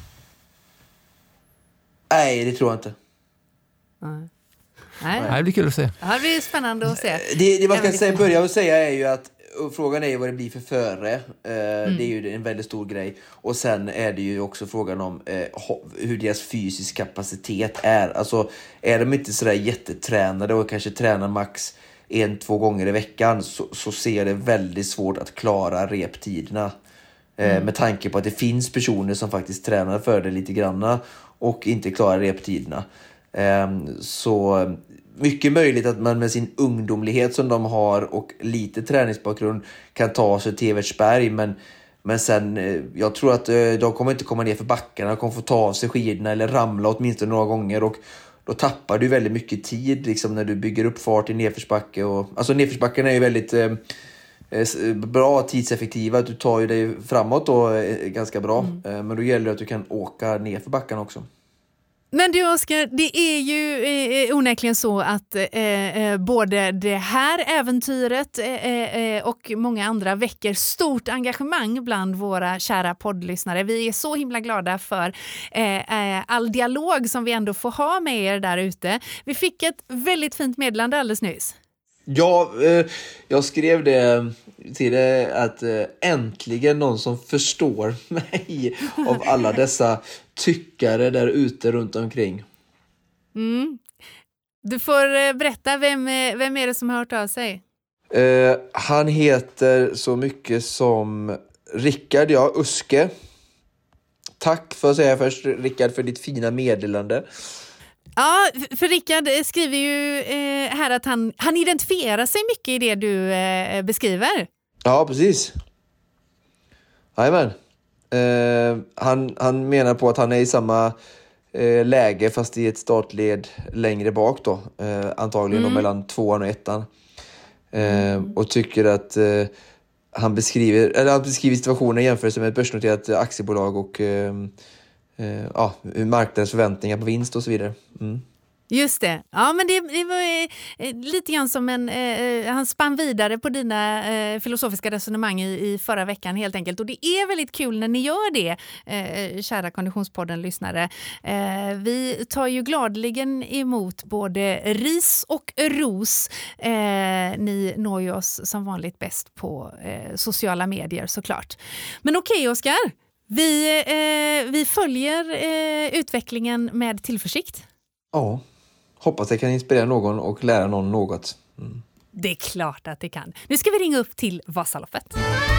Nej, det tror jag inte. Nej. Nej. Nej, det blir kul att se. Ja, det blir spännande att se. Det, det man ska Även säga, lite- börja och säga är ju att, och frågan är ju vad det blir för före. Eh, Mm. Det är ju en väldigt stor grej. Och sen är det ju också frågan om eh, ho- hur deras fysisk kapacitet är. Alltså är de inte sådär jättetränade och kanske tränar max en, två gånger i veckan, så, så ser det väldigt svårt att klara reptiderna. Eh, Mm. Med tanke på att det finns personer som faktiskt tränar för det lite granna och inte klarar reptiderna. Eh, så mycket möjligt att man med sin ungdomlighet som de har och lite träningsbakgrund kan ta sig till Evertsberg, men, men sen eh, jag tror att eh, de kommer inte komma ner för backarna, de kommer få ta av sig skidorna eller ramla åtminstone några gånger, och då tappar du väldigt mycket tid liksom, när du bygger upp fart i nedförsbacke. Och, alltså nedförsbacken är ju väldigt eh, eh, bra, tidseffektiva, du tar ju dig framåt då eh, ganska bra, Mm. eh, men då gäller det att du kan åka ner för backarna också. Men du Oskar, det är ju eh, onekligen så att eh, eh, både det här äventyret eh, eh, och många andra väcker stort engagemang bland våra kära poddlyssnare. Vi är så himla glada för eh, eh, all dialog som vi ändå får ha med er där ute. Vi fick ett väldigt fint meddelande alldeles nyss. Ja, eh, jag skrev det till det att eh, äntligen någon som förstår mig av alla dessa tyckare där ute runt omkring. Mm. Du får eh, berätta, vem, eh, vem är det som har hört av sig? Eh, han heter så mycket som Rickard, ja, Uske. Tack för att säga först, Rickard, för ditt fina meddelande. Ja, för Rickard skriver ju eh, här att han, han identifierar sig mycket i det du eh, beskriver. Ja, precis. Jajamän. Eh, han, han menar på att han är i samma eh, läge fast i ett startled längre bak då. Eh, antagligen Mm. då mellan tvåan och ettan. Eh, och tycker att eh, han beskriver, eller han beskriver situationen i jämförelse med ett börsnoterat aktiebolag och eh, eh, ja, marknadens förväntningar på vinst och så vidare. Mm. Just det. Ja, men det, det var eh, lite grann som en... Eh, han spann vidare på dina eh, filosofiska resonemang i, i förra veckan helt enkelt. Och det är väldigt kul när ni gör det, eh, kära Konditionspodden-lyssnare. Eh, vi tar ju gladligen emot både ris och ros. Eh, ni når ju oss som vanligt bäst på eh, sociala medier såklart. Men okej, Oskar. Vi, eh, vi följer eh, utvecklingen med tillförsikt. Ja, hoppas det kan inspirera någon och lära någon något. Mm. Det är klart att det kan. Nu ska vi ringa upp till Vasaloppet.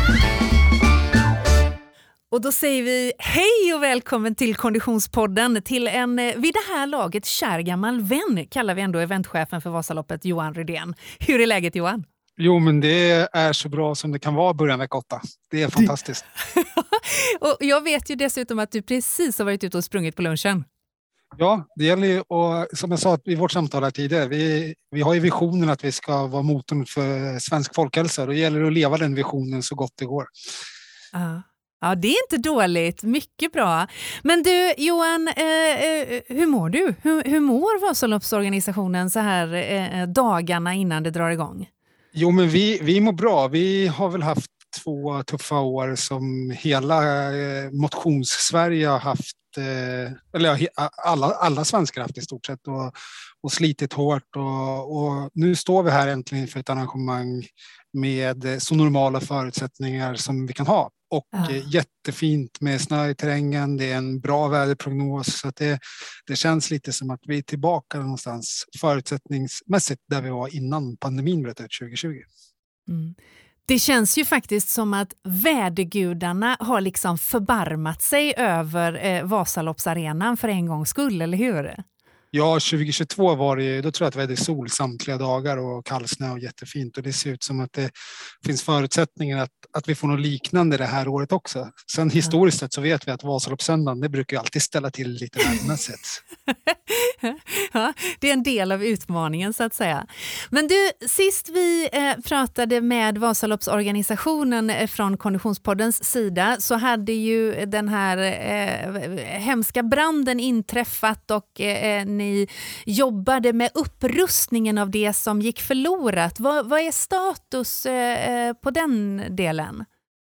Och då säger vi hej och välkommen till Konditionspodden, till en vid det här laget kär gammal vän, kallar vi ändå eventchefen för Vasaloppet, Johan Rydén. Hur är läget, Johan? Jo, men det är så bra som det kan vara början vecka åtta. Det är fantastiskt. Och jag vet ju dessutom att du precis har varit ute och sprungit på lunchen. Ja, det gäller ju, och som jag sa i vårt samtal här tidigare, vi, vi har ju visionen att vi ska vara motorn för svensk folkhälsa. Då gäller det att leva den visionen så gott det går. Ja. Ja, det är inte dåligt. Mycket bra. Men du, Johan, eh, eh, hur mår du? Hur, hur mår Vasaloppsorganisationen så här eh, dagarna innan det drar igång? Jo, men vi, vi mår bra. Vi har väl haft två tuffa år som hela eh, motions-Sverige har haft, eh, eller alla, alla svenskar har haft i stort sett, och, och slitit hårt. Och, och nu står vi här äntligen för ett arrangemang med så normala förutsättningar som vi kan ha. Och Ja. jättefint med snö i terrängen, det är en bra väderprognos, så att det, det känns lite som att vi är tillbaka någonstans förutsättningsmässigt där vi var innan pandemin bröt ut tjugo tjugo. Mm. Det känns ju faktiskt som att vädergudarna har liksom förbarmat sig över eh, Vasaloppsarenan för en gångs skull, eller hur? Ja, tjugohundratjugotvå var det, då tror jag att vi hade sol samtliga dagar och kallsnö och jättefint. Och det ser ut som att det finns förutsättningar att, att vi får något liknande det här året också. Sen historiskt sett så vet vi att Vasaloppssöndagen, det brukar ju alltid ställa till lite värmemässigt. Ja, det är en del av utmaningen så att säga. Men du, sist vi eh, pratade med Vasaloppsorganisationen eh, från Konditionspoddens sida så hade ju den här eh, hemska branden inträffat och eh, ni jobbade med upprustningen av det som gick förlorat. Vad, vad är status eh, på den delen?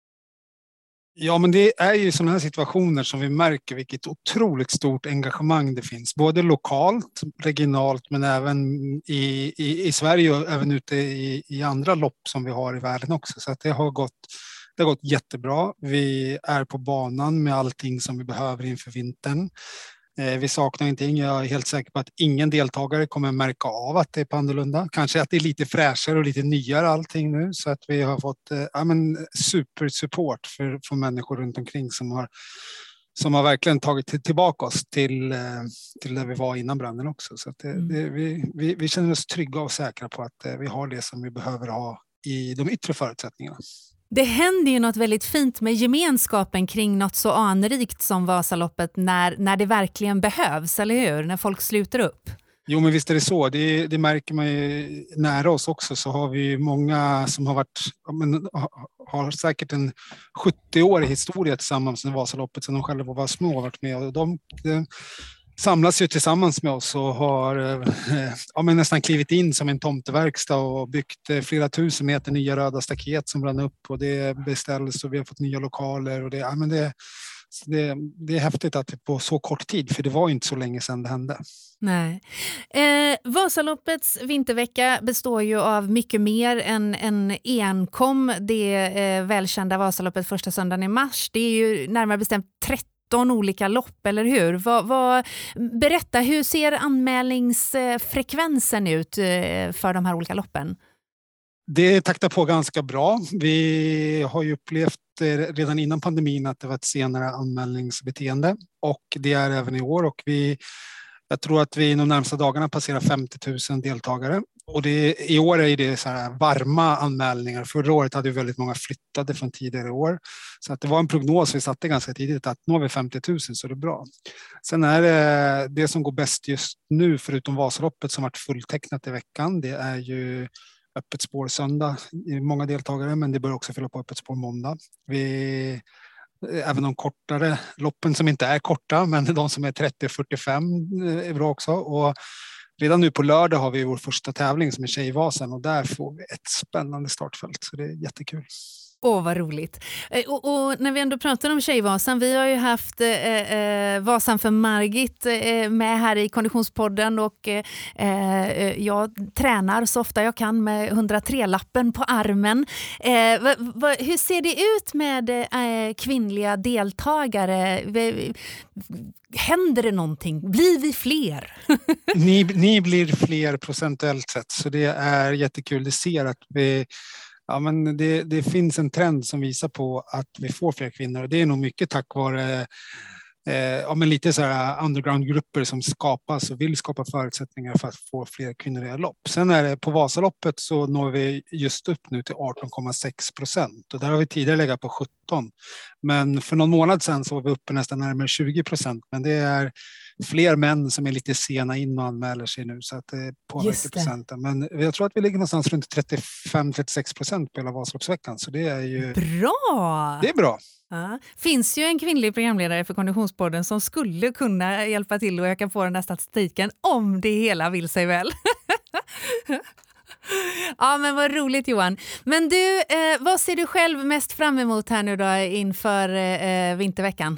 Ja, men det är ju sådana här situationer som vi märker vilket otroligt stort engagemang det finns. Både lokalt, regionalt men även i, i, i Sverige och även ute i, i andra lopp som vi har i världen också. Så att det har gått, det har gått jättebra. Vi är på banan med allting som vi behöver inför vintern. Vi saknar ingenting. Jag är helt säker på att ingen deltagare kommer märka av att det är på annorlunda. Kanske att det är lite fräschare och lite nyare allting nu. Så att vi har fått ja, men supersupport för, för människor runt omkring som har, som har verkligen tagit tillbaka oss till, till där vi var innan branden också. Så att det, mm. det, vi, vi, vi känner oss trygga och säkra på att vi har det som vi behöver ha i de yttre förutsättningarna. Det händer ju något väldigt fint med gemenskapen kring något så anrikt som Vasaloppet när, när det verkligen behövs, eller hur? När folk sluter upp. Jo, men visst är det så. Det, det märker man ju nära oss också. Så har vi många som har varit, men, har säkert en sjuttio-årig historia tillsammans med Vasaloppet sedan de själva var små och varit med. Och de, de samlas ju tillsammans med oss och har eh, ja, men nästan klivit in som en tomteverkstad och byggt eh, flera tusen meter nya röda staket som brann upp och det beställs och vi har fått nya lokaler och det, ja, men det, det, det är häftigt att det på så kort tid, för det var inte så länge sedan det hände. Nej. Eh, Vasaloppets vintervecka består ju av mycket mer än en enkom det eh, välkända Vasaloppet första söndagen i mars. Det är ju närmare bestämt trettio olika lopp, eller hur? Vad, vad, berätta, hur ser anmälningsfrekvensen ut för de här olika loppen? Det taktar på ganska bra. Vi har ju upplevt redan innan pandemin att det var ett senare anmälningsbeteende och det är även i år och vi Jag tror att vi de närmaste dagarna passerar femtio tusen deltagare. Och det, i år är det så här varma anmälningar. Förra året hade vi väldigt många flyttade från tidigare år. Så att det var en prognos vi satte ganska tidigt att når vi femtio tusen så är det bra. Sen är det, det som går bäst just nu, förutom Vasaloppet som varit fulltecknat i veckan, det är ju öppet spår söndag i många deltagare, men det bör också fylla på öppet spår måndag. Vi... Även de kortare loppen som inte är korta, men de som är trettio fyrtiofem är bra också. Och redan nu på lördag har vi vår första tävling som är Tjejvasan och där får vi ett spännande startfält. Så det är jättekul. Åh, oh, vad roligt. Och, och när vi ändå pratar om Tjejvasan, vi har ju haft eh, Vasan för Margit eh, med här i Konditionspodden och eh, jag tränar så ofta jag kan med hundratre-lappen på armen. Eh, va, va, hur ser det ut med eh, kvinnliga deltagare? Händer det någonting? Blir vi fler? ni, ni blir fler procentuellt sett, så det är jättekul. Det ser att vi Ja, men det, det finns en trend som visar på att vi får fler kvinnor och det är nog mycket tack vare eh, ja, men lite så här undergroundgrupper som skapas och vill skapa förutsättningar för att få fler kvinnor i lopp. Sen är det på Vasaloppet så når vi just upp nu till arton komma sex procent och där har vi tidigare legat på sjutton. Men för någon månad sedan så var vi uppe nästan närmare tjugo procent, men det är fler män som är lite sena in och anmäler sig nu så att det påverkar procenten. Men jag tror att vi ligger någonstans runt trettiofem till trettiosex procent på hela Vasaloppsveckan. Så det är ju... Bra! Det är bra. Ja. Finns ju en kvinnlig programledare för Konditionspodden som skulle kunna hjälpa till och öka på den där statistiken om det hela vill sig väl. Ja, men vad roligt Johan. Men du, eh, vad ser du själv mest fram emot här nu då inför eh, vinterveckan?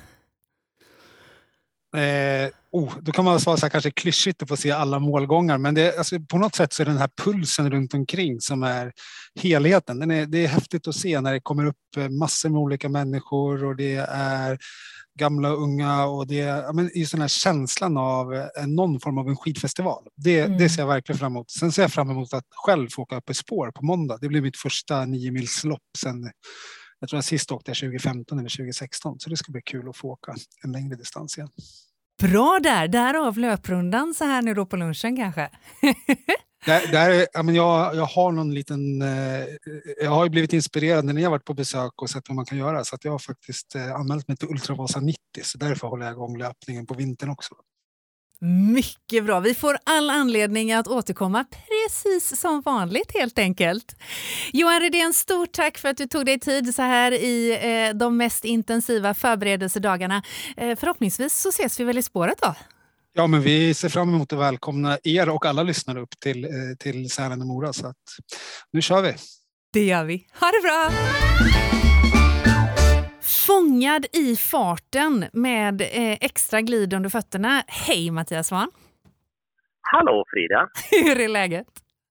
Eh, oh, då kan man svara så här, kanske klyschigt att få se alla målgångar, men det, alltså, på något sätt så är den här pulsen runt omkring som är helheten. Den är, det är häftigt att se när det kommer upp massor med olika människor och det är gamla och unga och det är ja, men, i sån här känslan av eh, någon form av en skidfestival. Det, mm. det ser jag verkligen fram emot. Sen ser jag fram emot att själv få åka upp i spår på måndag. Det blir mitt första nio milslopp sen, jag tror att sist åkte jag tjugo femton eller tjugo sexton, så det ska bli kul att få åka en längre distans igen. Bra där, därav löprundan så här nu då på lunchen kanske. Där, där, ja, men jag, jag har någon liten, eh, jag har ju blivit inspirerad när ni har varit på besök och sett vad man kan göra, så att jag har faktiskt eh, anmält mig till Ultravasa nittio, så därför håller jag igång löpningen på vintern också. Mycket bra. Vi får all anledning att återkomma precis som vanligt helt enkelt. Johan Rydén, stort tack för att du tog dig tid så här i eh, de mest intensiva förberedelsedagarna. Eh, förhoppningsvis så ses vi väl i spåret då? Ja, men vi ser fram emot att välkomna er och alla lyssnare upp till, eh, till Sälen och Mora, så att nu kör vi. Det gör vi. Ha det bra! Fångad i farten med eh, extra glid under fötterna. Hej Mattias Svahn. Hallå Frida. Hur är läget?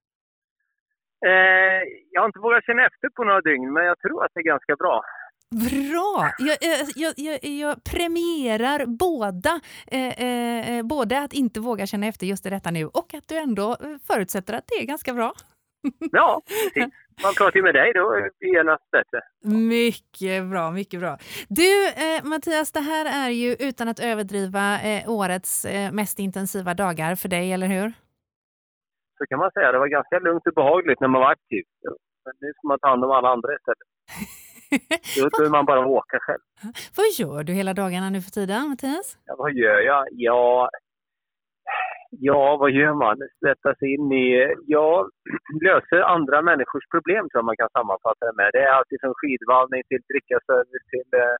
Eh, jag har inte vågat känna efter på några dygn, men jag tror att det är ganska bra. Bra! Jag, jag, jag, jag premierar båda, eh, eh, både att inte våga känna efter just i detta nu och att du ändå förutsätter att det är ganska bra. Ja, precis. Man pratar ju med dig, då är det något bättre. Mycket bra, mycket bra. Du eh, Mattias, det här är ju utan att överdriva eh, årets eh, mest intensiva dagar för dig, eller hur? Så kan man säga, det var ganska lugnt och behagligt när man var aktiv. Men nu ska man ta hand om alla andra istället. Då behöver man bara åka själv. Vad gör du hela dagarna nu för tiden, Mattias? Ja, vad gör jag? Ja, ja vad gör man? Sätta sig in i... Jag löser andra människors problem, tror jag man kan sammanfatta det med. Det är alltid från skidvallning till drickaservice till eh,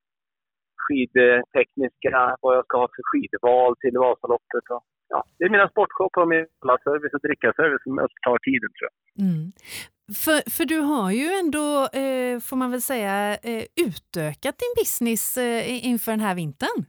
skidtekniska, vad jag ska ha för skidval till Vasaloppet. Och, ja, det är mina sportshop och min service och drickaservice som upptar tiden, tror jag. Mm. För, för du har ju ändå, eh, får man väl säga, eh, utökat din business eh, inför den här vintern.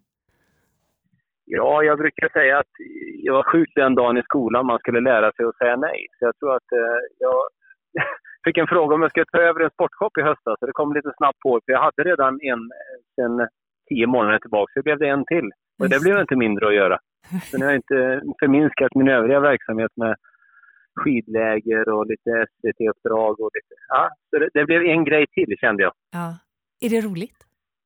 Ja, jag brukar säga att jag var sjuk den dagen i skolan man skulle lära sig att säga nej. Så jag tror att eh, jag fick en fråga om jag skulle ta över en sportshop i höstas. Så det kom lite snabbt på, för jag hade redan en sedan tio månader tillbaka. Så det blev det en till. Och det blev inte mindre att göra. Så nu har jag inte förminskat min övriga verksamhet med skidläger och lite S V T-uppdrag och lite. Ja, så det, det blev en grej till, kände jag. Ja. Är det roligt?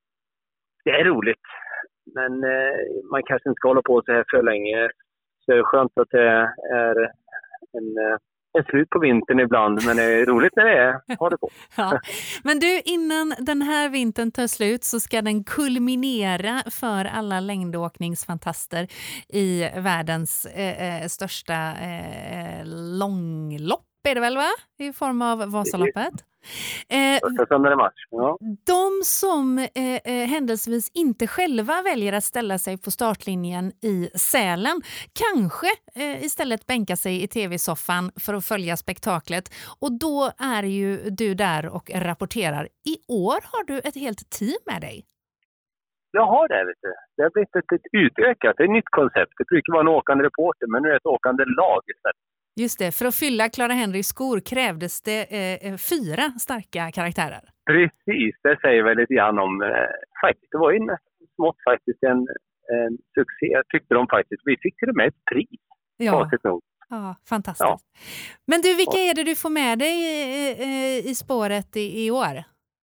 Det är roligt. Men eh, man kanske inte ska hålla på så här för länge. Så det är skönt att det är en, en slut på vintern ibland. Men det är roligt när det är. Ha det på. Ja. Men du, innan den här vintern tar slut så ska den kulminera för alla längdåkningsfantaster i världens eh, största eh, långlopp. Är det väl, va? I form av Vasaloppet. Eh, ja. De som eh, eh, händelsevis inte själva väljer att ställa sig på startlinjen i Sälen kanske eh, istället bänka sig i tv-soffan för att följa spektaklet. Och då är ju du där och rapporterar. I år har du ett helt team med dig. Jag har det, vet du. Det har blivit ett, ett utökat, ett nytt koncept. Det brukar vara en åkande reporter, men nu är det ett åkande lag istället. Just det, för att fylla Clara Henrys skor krävdes det eh, fyra starka karaktärer. Precis, det säger väl lite grann om... Eh, faktiskt, det var ju smått faktiskt en, en succé, tyckte de faktiskt. Vi fick till och med ett pris. Ja, ja fantastiskt. Ja. Men du, vilka är det du får med dig i, i spåret i, i år?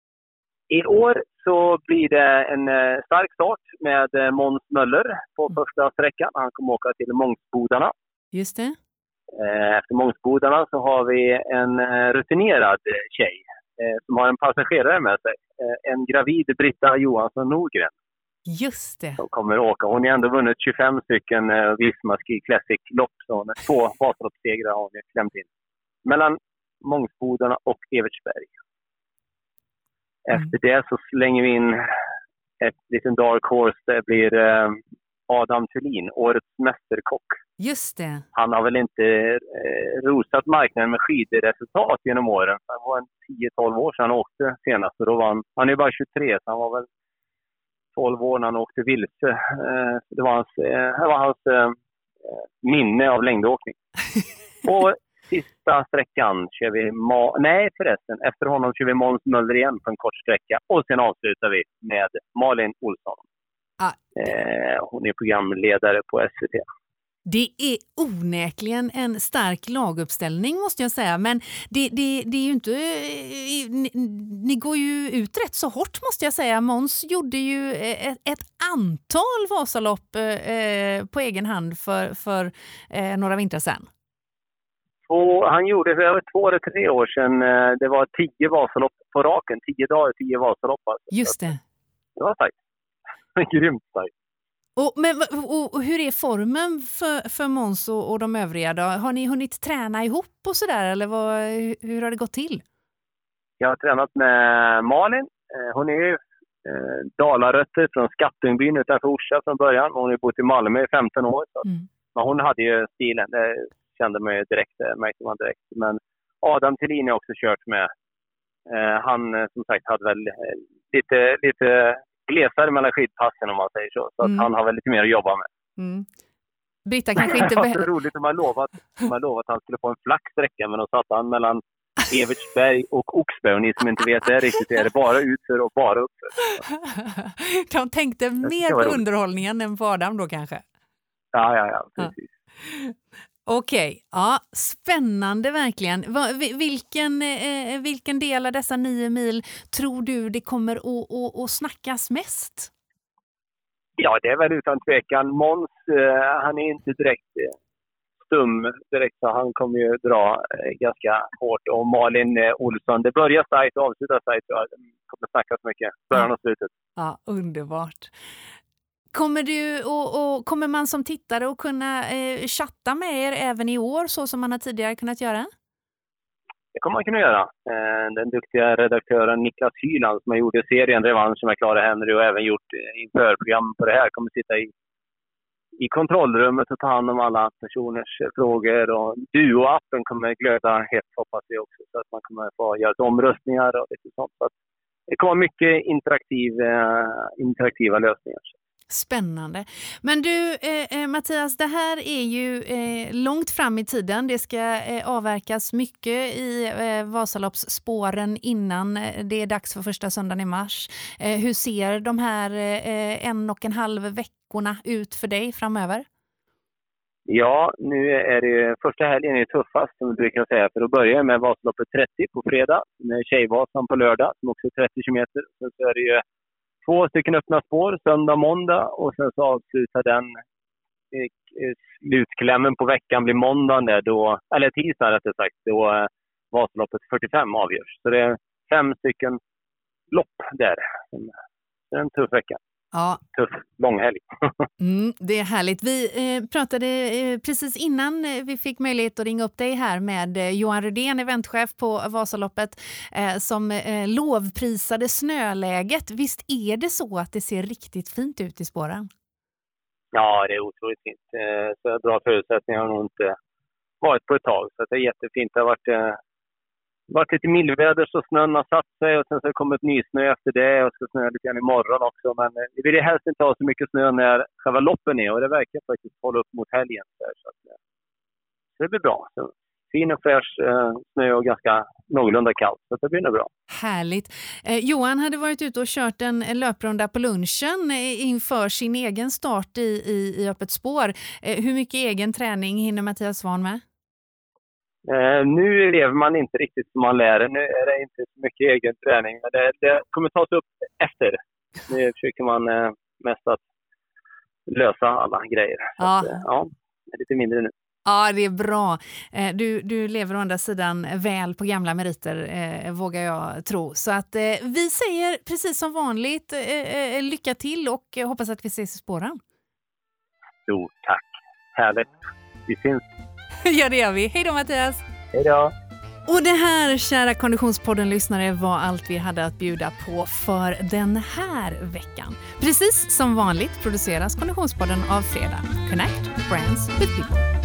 I år så blir det en eh, stark start med eh, Måns Möller på första sträckan. Han kommer åka till Mångsbodarna. Just det. Efter Mångsbodarna så har vi en rutinerad tjej eh, som har en passagerare med sig. Eh, en gravid Britta Johansson Nordgren. Just det. Som kommer åka. Hon har ändå vunnit tjugofem stycken eh, Visma Ski Classic-lopp. Så två Vasaloppssegrar har hon klämt in. Mellan Mångsbodarna och Evertsberg. Efter mm. det så slänger vi in ett liten dark horse. Det blir eh, Adam Thulin, årets mästerkock. Just det. Han har väl inte eh, rosat marknaden med skidresultat genom åren. Det var en tio tolv år sedan han åkte senast. Och då var han, han är bara tjugotre, så han var väl tolv år när han åkte vilse. Eh, det var hans, eh, det var hans eh, minne av längdåkning. Och sista sträckan kör vi... Ma- Nej förresten, efter honom kör vi Måns Möller igen på en kort sträcka. Och sen avslutar vi med Malin Olsson. Ah. Eh, hon är programledare på S V T. Det är onekligen en stark laguppställning måste jag säga, men det, det, det är ju inte, ni, ni ni går ju ut rätt så hårt måste jag säga. Måns gjorde ju ett, ett antal Vasalopp eh, på egen hand för, för eh, några vintrar sedan. Och han gjorde för över två eller tre år sedan, eh, det var tio Vasalopp på raken. Tio dagar, tio Vasalopp. Alltså. Just det. Det var starkt. Grymt starkt. Och, men, och, och hur är formen för, för Måns och, och de övriga då? Har ni hunnit träna ihop och sådär eller vad, hur har det gått till? Jag har tränat med Malin. Hon är ju eh, dalarötter från Skattungbyn utanför Orsa från början. Hon har bott i Malmö i femton år. Så. Mm. Men hon hade ju stilen, det kände man ju direkt, det märkte man direkt. Men Adam Thelin har också kört med. Eh, han som sagt hade väl lite... lite glesare mellan skidpassen om man säger så. Så mm. att han har väl lite mer att jobba med. Mm. Britta kanske inte... Det var så roligt att man lovat, man lovat att han skulle få en flack sträcka, men då satt han mellan Evertsberg och Oxberg, och ni som inte vet det riktigt är det bara utför och bara uppför. De tänkte mer på roligt. Underhållningen än på Adam då kanske? Ja, ja, ja. Precis. Ja. Okej, okay. Ja, spännande verkligen. Vilken, eh, vilken del av dessa nio mil tror du det kommer att, att, att snackas mest? Ja, det är väl utan tvekan. Måns, eh, han är inte direkt eh, stum direkt, så han kommer ju dra eh, ganska hårt. Och Malin eh, Olsson, det börjar starkt och avslutar starkt. Ja, det kommer snackas mycket, början och slutet. Ja, underbart. Kommer, du och, och, kommer man som tittare att kunna eh, chatta med er även i år så som man har tidigare kunnat göra? Det kommer man kunna göra. Eh, den duktiga redaktören Niklas Hyland som har gjort serien Revansch med Clara Henry och även gjort införprogram på det här kommer sitta i, i kontrollrummet och ta hand om alla personers frågor. Och Duo-appen kommer glöda hett, hoppas vi också, så att man kommer få göra omröstningar och lite sånt. Så att det kommer mycket interaktiv, eh, interaktiva lösningar. Spännande. Men du eh, Mattias, det här är ju eh, långt fram i tiden. Det ska eh, avverkas mycket i eh, Vasaloppsspåren innan eh, det är dags för första söndagen i mars. Eh, hur ser de här eh, en och en halv veckorna ut för dig framöver? Ja, nu är det första helgen är tuffast som vi brukar säga. För då börjar jag med Vasaloppet trettio på fredag med Tjejvasan på lördag som också är trettio kilometer. Sen så är det ju två stycken öppna spår, söndag, måndag, och sen så avslutar den eh, slutklämmen på veckan blir måndagen där då, eller tisdagen rättare sagt, då eh, Vasaloppet fyrtiofem avgörs. Så det är fem stycken lopp där. Det är en tuff vecka. Ja. Tuff, lång helg. mm, det är härligt. Vi eh, pratade eh, precis innan eh, vi fick möjlighet att ringa upp dig här med eh, Johan Rydén, eventchef på Vasaloppet, eh, som eh, lovprisade snöläget. Visst är det så att det ser riktigt fint ut i spåren? Ja, det är otroligt fint. Eh, så bra förutsättningar har nog inte varit på ett tag. Så det är jättefint. Det har varit... Eh, Det var lite mildväder så snön har satt sig och sen så har det kommit nysnö efter det och ska snöa lite grann imorgon också. Men vi vill helst inte ha så mycket snö när själva loppen är och det verkar faktiskt hålla upp mot helgen. Så, att, så det blir bra. Så, fin och fräsch eh, snö och ganska någorlunda kallt, så det blir nog bra. Härligt. Eh, Johan hade varit ute och kört en löprunda på lunchen eh, inför sin egen start i, i, i öppet spår. Eh, hur mycket egen träning hinner Mattias Svahn med? Eh, nu lever man inte riktigt som man lär. Nu är det inte så mycket egen träning. Men det, det kommer tas upp efter. Nu försöker man eh, mest att lösa alla grejer. Så ja. Att, eh, ja, det är lite mindre nu. Ja, det är bra. Du, du lever å andra sidan väl på gamla meriter, eh, vågar jag tro. Så att eh, vi säger precis som vanligt eh, lycka till och hoppas att vi ses i spåren. Stort tack. Härligt. Vi syns. Ja, det gör vi. Hej då Mattias. Hej då. Och det här, kära Konditionspodden-lyssnare, var allt vi hade att bjuda på för den här veckan. Precis som vanligt produceras Konditionspodden av Fredag. Connect Brands with People.